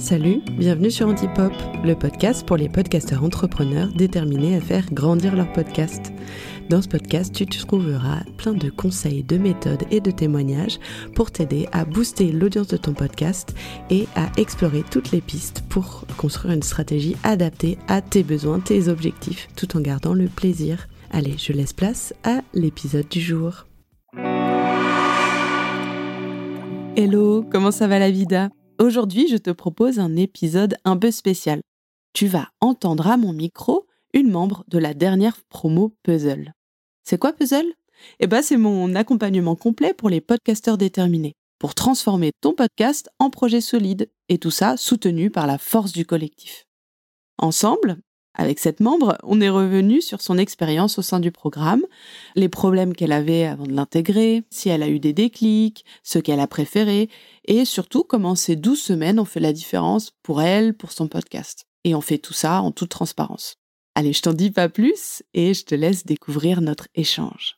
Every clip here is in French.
Salut, bienvenue sur Antipop, le podcast pour les podcasteurs entrepreneurs déterminés à faire grandir leur podcast. Dans ce podcast, tu trouveras plein de conseils, de méthodes et de témoignages pour t'aider à booster l'audience de ton podcast et à explorer toutes les pistes pour construire une stratégie adaptée à tes besoins, tes objectifs, tout en gardant le plaisir. Allez, je laisse place à l'épisode du jour. Hello, comment ça va la vida ? Aujourd'hui, je te propose un épisode un peu spécial. Tu vas entendre à mon micro une membre de la dernière promo Puzzle. C'est quoi Puzzle ? C'est mon accompagnement complet pour les podcasteurs déterminés, pour transformer ton podcast en projet solide, et tout ça soutenu par la force du collectif. Ensemble, avec cette membre, on est revenu sur son expérience au sein du programme, les problèmes qu'elle avait avant de l'intégrer, si elle a eu des déclics, ce qu'elle a préféré, et surtout comment ces 12 semaines ont fait la différence pour elle, pour son podcast. Et on fait tout ça en toute transparence. Allez, je t'en dis pas plus et je te laisse découvrir notre échange.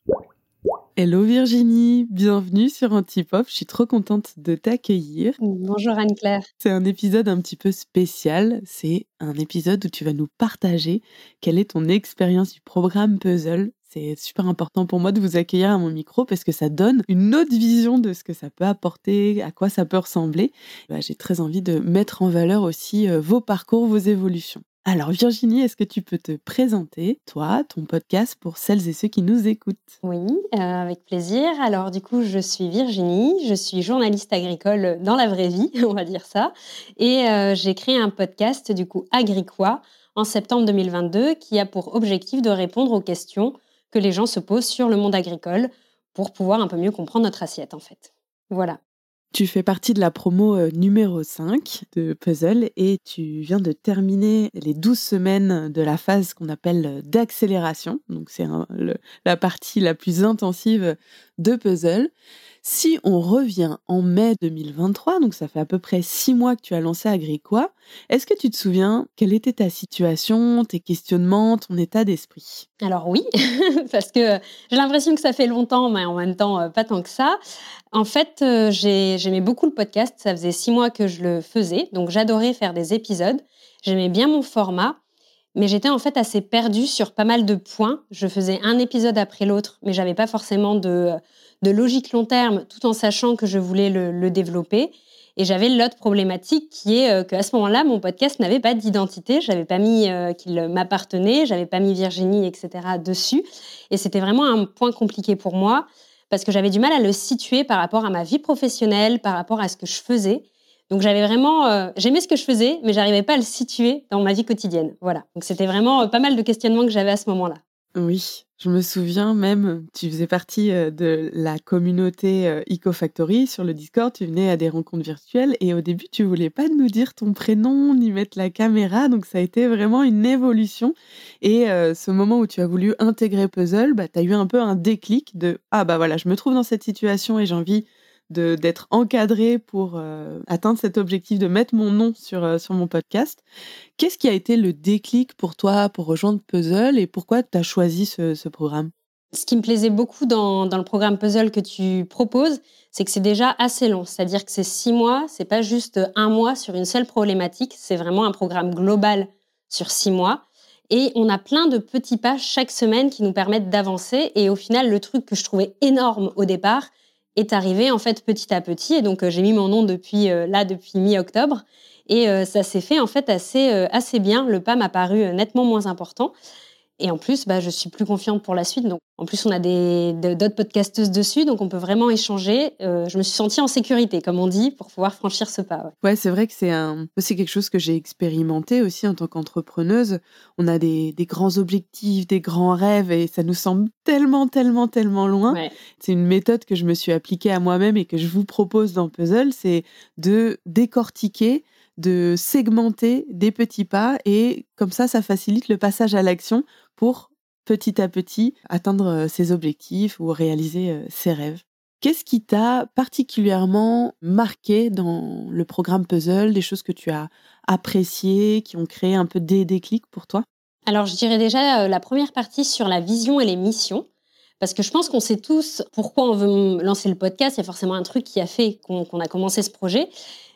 Hello Virginie, bienvenue sur Antipop, je suis trop contente de t'accueillir. Bonjour Anne-Claire. C'est un épisode un petit peu spécial, c'est un épisode où tu vas nous partager quelle est ton expérience du programme Puzzle. C'est super important pour moi de vous accueillir à mon micro parce que ça donne une autre vision de ce que ça peut apporter, à quoi ça peut ressembler. J'ai très envie de mettre en valeur aussi vos parcours, vos évolutions. Alors Virginie, est-ce que tu peux te présenter, toi, ton podcast, pour celles et ceux qui nous écoutent ? Oui, avec plaisir. Alors du coup, je suis Virginie, je suis journaliste agricole dans la vraie vie, on va dire ça. Et j'ai créé un podcast, du coup, Agricois, en septembre 2022, qui a pour objectif de répondre aux questions que les gens se posent sur le monde agricole pour pouvoir un peu mieux comprendre notre assiette, en fait. Voilà. Tu fais partie de la promo numéro 5 de Puzzle et tu viens de terminer les 12 semaines de la phase qu'on appelle d'accélération. Donc, c'est la partie la plus intensive de Puzzle. Si on revient en mai 2023, donc ça fait à peu près 6 mois que tu as lancé Agricois, est-ce que tu te souviens quelle était ta situation, tes questionnements, ton état d'esprit ? Alors oui, parce que j'ai l'impression que ça fait longtemps, mais en même temps, pas tant que ça. En fait, j'aimais beaucoup le podcast. Ça faisait 6 mois que je le faisais, donc j'adorais faire des épisodes. J'aimais bien mon format, mais j'étais en fait assez perdue sur pas mal de points. Je faisais un épisode après l'autre, mais j'avais pas forcément de logique long terme, tout en sachant que je voulais le développer. Et j'avais l'autre problématique qui est qu'à ce moment-là, mon podcast n'avait pas d'identité. Je n'avais pas mis qu'il m'appartenait, je n'avais pas mis Virginie, etc. dessus. Et c'était vraiment un point compliqué pour moi parce que j'avais du mal à le situer par rapport à ma vie professionnelle, par rapport à ce que je faisais. Donc j'avais vraiment, j'aimais ce que je faisais, mais j'arrivais pas à le situer dans ma vie quotidienne. Voilà. Donc c'était vraiment pas mal de questionnements que j'avais à ce moment-là. Oui, je me souviens même, tu faisais partie de la communauté EcoFactory sur le Discord, tu venais à des rencontres virtuelles et au début, tu voulais pas nous dire ton prénom ni mettre la caméra, donc ça a été vraiment une évolution. Et ce moment où tu as voulu intégrer Puzzle, tu as eu un peu un déclic de « Ah voilà, je me trouve dans cette situation et j'ai envie d'être encadrée pour atteindre cet objectif de mettre mon nom sur mon podcast ». Qu'est-ce qui a été le déclic pour toi pour rejoindre Puzzle et pourquoi tu as choisi ce programme ? Ce qui me plaisait beaucoup dans le programme Puzzle que tu proposes, c'est que c'est déjà assez long. C'est-à-dire que c'est 6 mois, c'est pas juste 1 mois sur une seule problématique, c'est vraiment un programme global sur 6 mois. Et on a plein de petits pas chaque semaine qui nous permettent d'avancer. Et au final, le truc que je trouvais énorme au départ est arrivé en fait petit à petit. Et donc, j'ai mis mon nom depuis mi-octobre. Et ça s'est fait en fait assez bien. Le pas m'a paru nettement moins important. Et en plus, je suis plus confiante pour la suite. Donc, en plus, on a d'autres podcasteuses dessus, donc on peut vraiment échanger. Je me suis sentie en sécurité, comme on dit, pour pouvoir franchir ce pas. Ouais, c'est vrai que c'est quelque chose que j'ai expérimenté aussi en tant qu'entrepreneuse. On a des grands objectifs, des grands rêves, et ça nous semble tellement, tellement, tellement loin. Ouais. C'est une méthode que je me suis appliquée à moi-même et que je vous propose dans Puzzle, c'est de décortiquer, de segmenter des petits pas, et comme ça facilite le passage à l'action pour petit à petit atteindre ses objectifs ou réaliser ses rêves. Qu'est-ce qui t'a particulièrement marqué dans le programme Puzzle, des choses que tu as appréciées, qui ont créé un peu des déclics pour toi ? Alors, je dirais déjà la première partie sur la vision et les missions. Parce que je pense qu'on sait tous pourquoi on veut lancer le podcast. Il y a forcément un truc qui a fait qu'on a commencé ce projet.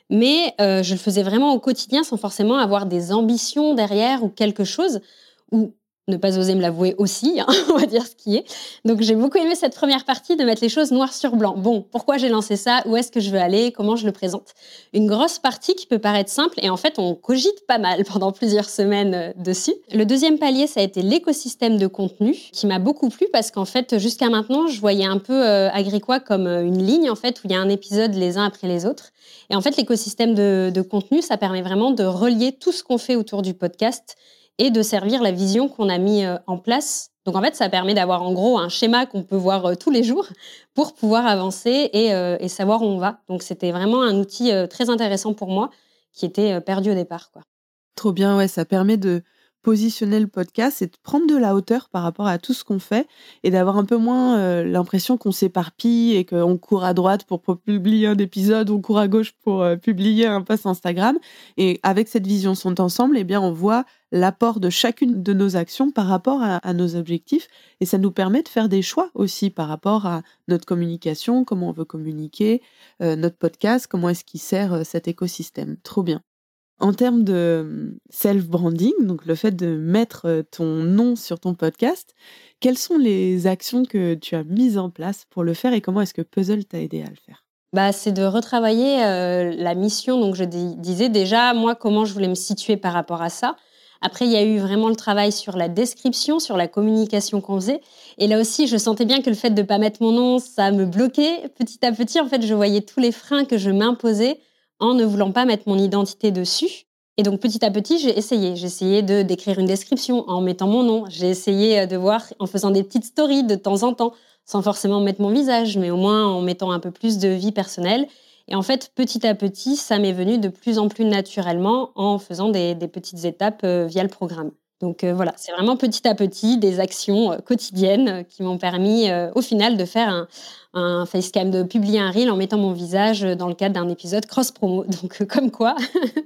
mais je le faisais vraiment au quotidien sans forcément avoir des ambitions derrière ou quelque chose, ou ne pas oser me l'avouer aussi, hein, on va dire ce qui est. Donc j'ai beaucoup aimé cette première partie de mettre les choses noir sur blanc. Bon, pourquoi j'ai lancé ça? Où est-ce que je veux aller? Comment je le présente? Une grosse partie qui peut paraître simple et en fait on cogite pas mal pendant plusieurs semaines dessus. Le deuxième palier, ça a été l'écosystème de contenu qui m'a beaucoup plu parce qu'en fait jusqu'à maintenant je voyais un peu Agricois comme une ligne en fait où il y a un épisode les uns après les autres. Et en fait l'écosystème de contenu, ça permet vraiment de relier tout ce qu'on fait autour du podcast et de servir la vision qu'on a mis en place. Donc en fait, ça permet d'avoir en gros un schéma qu'on peut voir tous les jours pour pouvoir avancer et savoir où on va. Donc c'était vraiment un outil très intéressant pour moi qui était perdu au départ, quoi. Trop bien, ouais, ça permet de positionner le podcast et de prendre de la hauteur par rapport à tout ce qu'on fait et d'avoir un peu moins l'impression qu'on s'éparpille et qu'on court à droite pour publier un épisode, on court à gauche pour publier un post Instagram. Et avec cette vision sont ensemble, eh bien, on voit l'apport de chacune de nos actions par rapport à nos objectifs et ça nous permet de faire des choix aussi par rapport à notre communication, comment on veut communiquer, notre podcast, comment est-ce qu'il sert cet écosystème. Trop bien. En termes de self-branding, donc le fait de mettre ton nom sur ton podcast, quelles sont les actions que tu as mises en place pour le faire et comment est-ce que Puzzle t'a aidé à le faire? Bah, c'est de retravailler la mission. Donc, je disais déjà, moi, comment je voulais me situer par rapport à ça. Après, il y a eu vraiment le travail sur la description, sur la communication qu'on faisait. Et là aussi, je sentais bien que le fait de ne pas mettre mon nom, ça me bloquait. Petit à petit, en fait, je voyais tous les freins que je m'imposais en ne voulant pas mettre mon identité dessus. Et donc, petit à petit, j'ai essayé. J'ai essayé d'écrire une description en mettant mon nom. J'ai essayé de voir en faisant des petites stories de temps en temps sans forcément mettre mon visage, mais au moins en mettant un peu plus de vie personnelle. Et en fait, petit à petit, ça m'est venu de plus en plus naturellement en faisant des petites étapes via le programme. Donc voilà, c'est vraiment petit à petit des actions quotidiennes qui m'ont permis au final de faire un facecam, de publier un reel en mettant mon visage dans le cadre d'un épisode cross-promo. Donc comme quoi,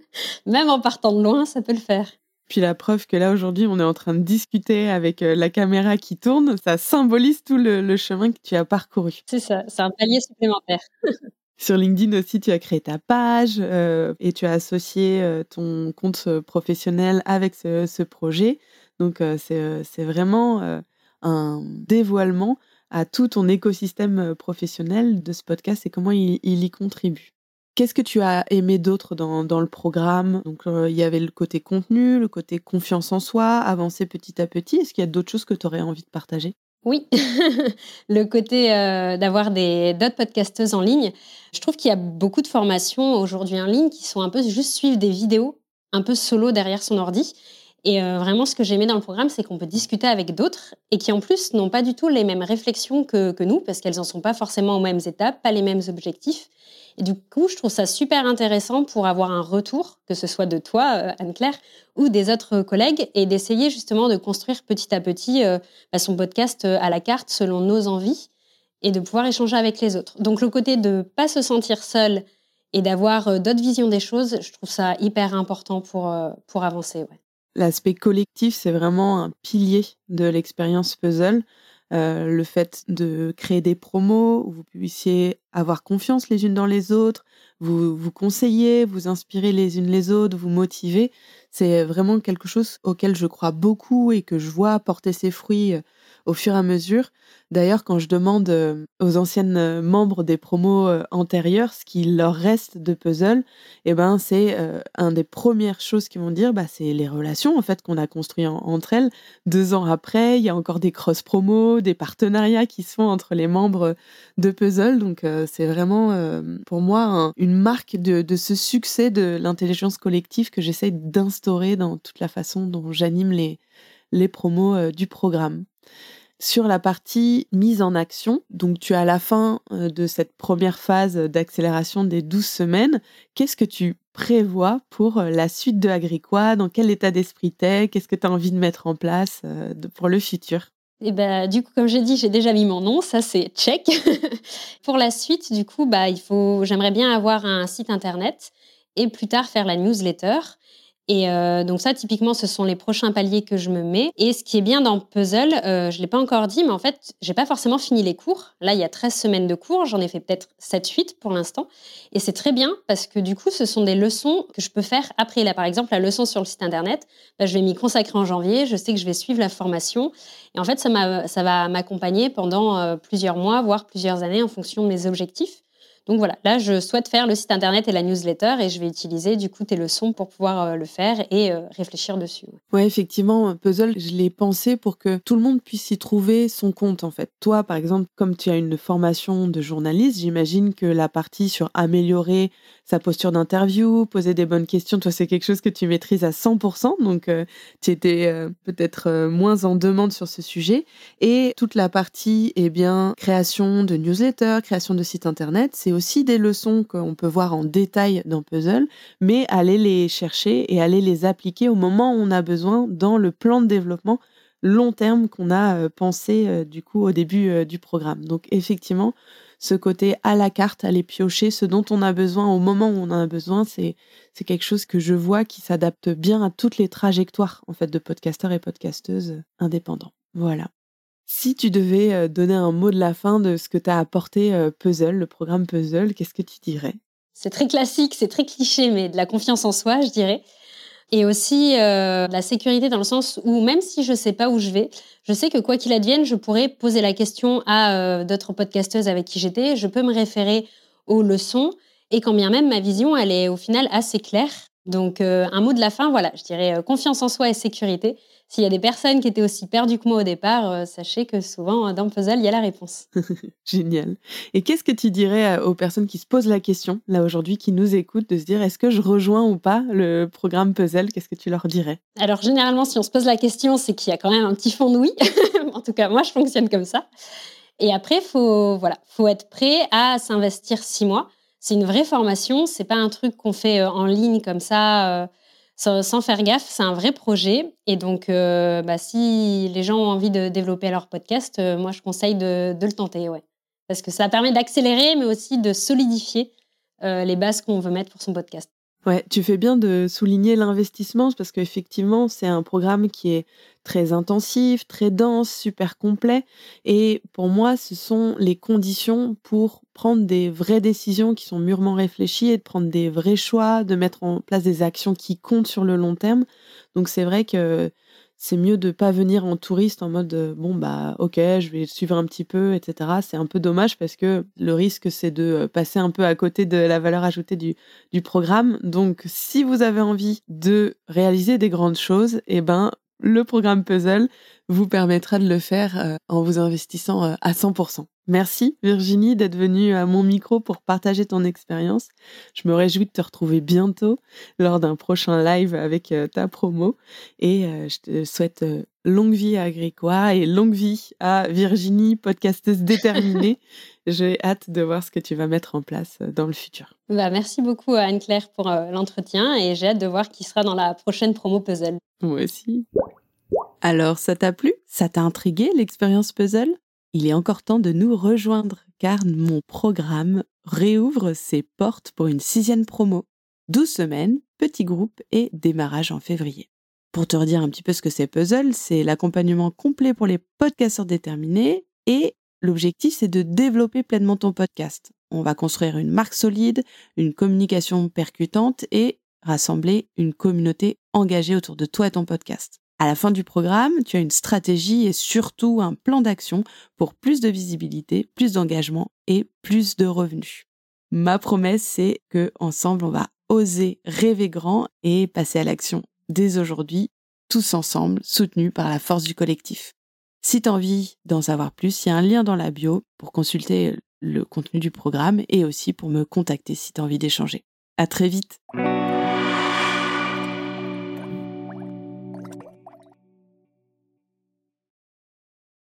même en partant de loin, ça peut le faire. Puis la preuve que là, aujourd'hui, on est en train de discuter avec la caméra qui tourne, ça symbolise tout le chemin que tu as parcouru. C'est ça, c'est un palier supplémentaire. Sur LinkedIn aussi, tu as créé ta page et tu as associé ton compte professionnel avec ce projet. Donc, c'est vraiment un dévoilement à tout ton écosystème professionnel de ce podcast et comment il y contribue. Qu'est-ce que tu as aimé d'autre dans le programme? Donc, il y avait le côté contenu, le côté confiance en soi, avancer petit à petit. Est-ce qu'il y a d'autres choses que tu aurais envie de partager? Oui, le côté d'avoir d'autres podcasteuses en ligne. Je trouve qu'il y a beaucoup de formations aujourd'hui en ligne qui sont un peu juste suivre des vidéos, un peu solo derrière son ordi. Et vraiment, ce que j'aimais dans le programme, c'est qu'on peut discuter avec d'autres et qui, en plus, n'ont pas du tout les mêmes réflexions que nous, parce qu'elles n'en sont pas forcément aux mêmes étapes, pas les mêmes objectifs. Et du coup, je trouve ça super intéressant pour avoir un retour, que ce soit de toi, Anne-Claire, ou des autres collègues, et d'essayer justement de construire petit à petit son podcast à la carte selon nos envies et de pouvoir échanger avec les autres. Donc, le côté de ne pas se sentir seul et d'avoir d'autres visions des choses, je trouve ça hyper important pour avancer. Ouais. L'aspect collectif, c'est vraiment un pilier de l'expérience Puzzle. Le fait de créer des promos où vous puissiez avoir confiance les unes dans les autres, vous conseiller, vous inspirer les unes les autres, vous motiver, c'est vraiment quelque chose auquel je crois beaucoup et que je vois porter ses fruits au fur et à mesure. D'ailleurs, quand je demande aux anciennes membres des promos antérieures ce qu'il leur reste de Puzzle, eh ben, c'est une des premières choses qu'ils vont dire, c'est les relations en fait qu'on a construites entre elles. 2 ans après, il y a encore des cross-promos, des partenariats qui se font entre les membres de Puzzle. Donc, c'est vraiment, pour moi, une marque de ce succès de l'intelligence collective que j'essaye d'instaurer dans toute la façon dont j'anime les promos du programme. Sur la partie mise en action, donc tu es à la fin de cette première phase d'accélération des 12 semaines. Qu'est-ce que tu prévois pour la suite de Agricois? Dans quel état d'esprit t'es? Qu'est-ce que tu as envie de mettre en place pour le futur? Et du coup, comme j'ai dit, j'ai déjà mis mon nom, ça c'est check. Pour la suite, du coup, j'aimerais bien avoir un site internet et plus tard faire la newsletter. Et donc ça, typiquement, ce sont les prochains paliers que je me mets. Et ce qui est bien dans Puzzle, je ne l'ai pas encore dit, mais en fait, j'ai pas forcément fini les cours. Là, il y a 13 semaines de cours. J'en ai fait peut-être 7-8 pour l'instant. Et c'est très bien parce que du coup, ce sont des leçons que je peux faire après. Là, par exemple, la leçon sur le site internet, je vais m'y consacrer en janvier. Je sais que je vais suivre la formation. Et en fait, ça va m'accompagner pendant plusieurs mois, voire plusieurs années en fonction de mes objectifs. Donc voilà, là, je souhaite faire le site internet et la newsletter et je vais utiliser du coup tes leçons pour pouvoir le faire et réfléchir dessus. Ouais, effectivement, Puzzle, je l'ai pensé pour que tout le monde puisse y trouver son compte, en fait. Toi, par exemple, comme tu as une formation de journaliste, j'imagine que la partie sur améliorer sa posture d'interview, poser des bonnes questions, toi, c'est quelque chose que tu maîtrises à 100%, donc tu étais peut-être moins en demande sur ce sujet. Et toute la partie, création de newsletter, création de site internet, c'est aussi des leçons qu'on peut voir en détail dans Puzzle, mais aller les chercher et aller les appliquer au moment où on a besoin dans le plan de développement long terme qu'on a pensé du coup au début du programme. Donc effectivement, ce côté à la carte, aller piocher ce dont on a besoin au moment où on en a besoin, c'est quelque chose que je vois qui s'adapte bien à toutes les trajectoires en fait de podcasteurs et podcasteuses indépendants. Voilà. Si tu devais donner un mot de la fin de ce que t'a apporté Puzzle, le programme Puzzle, qu'est-ce que tu dirais ? C'est très classique, c'est très cliché, mais de la confiance en soi, je dirais. Et aussi la sécurité dans le sens où même si je ne sais pas où je vais, je sais que quoi qu'il advienne, je pourrais poser la question à d'autres podcasteuses avec qui j'étais. Je peux me référer aux leçons et quand bien même ma vision, elle est au final assez claire. Donc un mot de la fin, voilà, je dirais confiance en soi et sécurité. S'il y a des personnes qui étaient aussi perdues que moi au départ, sachez que souvent dans Puzzle, il y a la réponse. Génial. Et qu'est-ce que tu dirais aux personnes qui se posent la question, là aujourd'hui, qui nous écoutent, de se dire est-ce que je rejoins ou pas le programme Puzzle ? Qu'est-ce que tu leur dirais ? Alors généralement, si on se pose la question, c'est qu'il y a quand même un petit fond de oui. En tout cas, moi, je fonctionne comme ça. Et après, faut être prêt à s'investir 6 mois. C'est une vraie formation, c'est pas un truc qu'on fait en ligne comme ça, sans faire gaffe. C'est un vrai projet. Et donc, si les gens ont envie de développer leur podcast, moi, je conseille de le tenter, ouais. Parce que ça permet d'accélérer, mais aussi de solidifier les bases qu'on veut mettre pour son podcast. Ouais, tu fais bien de souligner l'investissement parce qu'effectivement, c'est un programme qui est très intensif, très dense, super complet. Et pour moi, ce sont les conditions pour prendre des vraies décisions qui sont mûrement réfléchies et de prendre des vrais choix, de mettre en place des actions qui comptent sur le long terme. Donc c'est vrai que c'est mieux de pas venir en touriste en mode ok, je vais suivre un petit peu, etc. C'est un peu dommage parce que le risque c'est de passer un peu à côté de la valeur ajoutée du programme. Donc si vous avez envie de réaliser des grandes choses, le programme Puzzle vous permettra de le faire en vous investissant à 100%. Merci Virginie d'être venue à mon micro pour partager ton expérience. Je me réjouis de te retrouver bientôt lors d'un prochain live avec ta promo et je te souhaite longue vie à Grégoire et longue vie à Virginie, podcasteuse déterminée. J'ai hâte de voir ce que tu vas mettre en place dans le futur. Merci beaucoup Anne-Claire pour l'entretien et j'ai hâte de voir qui sera dans la prochaine promo Puzzle. Moi aussi. Alors, ça t'a plu ? Ça t'a intrigué l'expérience Puzzle ? Il est encore temps de nous rejoindre car mon programme réouvre ses portes pour une 6e promo. 12 semaines, petit groupe et démarrage en février. Pour te redire un petit peu ce que c'est Puzzle, c'est l'accompagnement complet pour les podcasteurs déterminés et l'objectif c'est de développer pleinement ton podcast. On va construire une marque solide, une communication percutante et rassembler une communauté engagée autour de toi et ton podcast. À la fin du programme, tu as une stratégie et surtout un plan d'action pour plus de visibilité, plus d'engagement et plus de revenus. Ma promesse, c'est que ensemble, on va oser rêver grand et passer à l'action dès aujourd'hui, tous ensemble, soutenus par la force du collectif. Si tu as envie d'en savoir plus, il y a un lien dans la bio pour consulter le contenu du programme et aussi pour me contacter si tu as envie d'échanger. À très vite.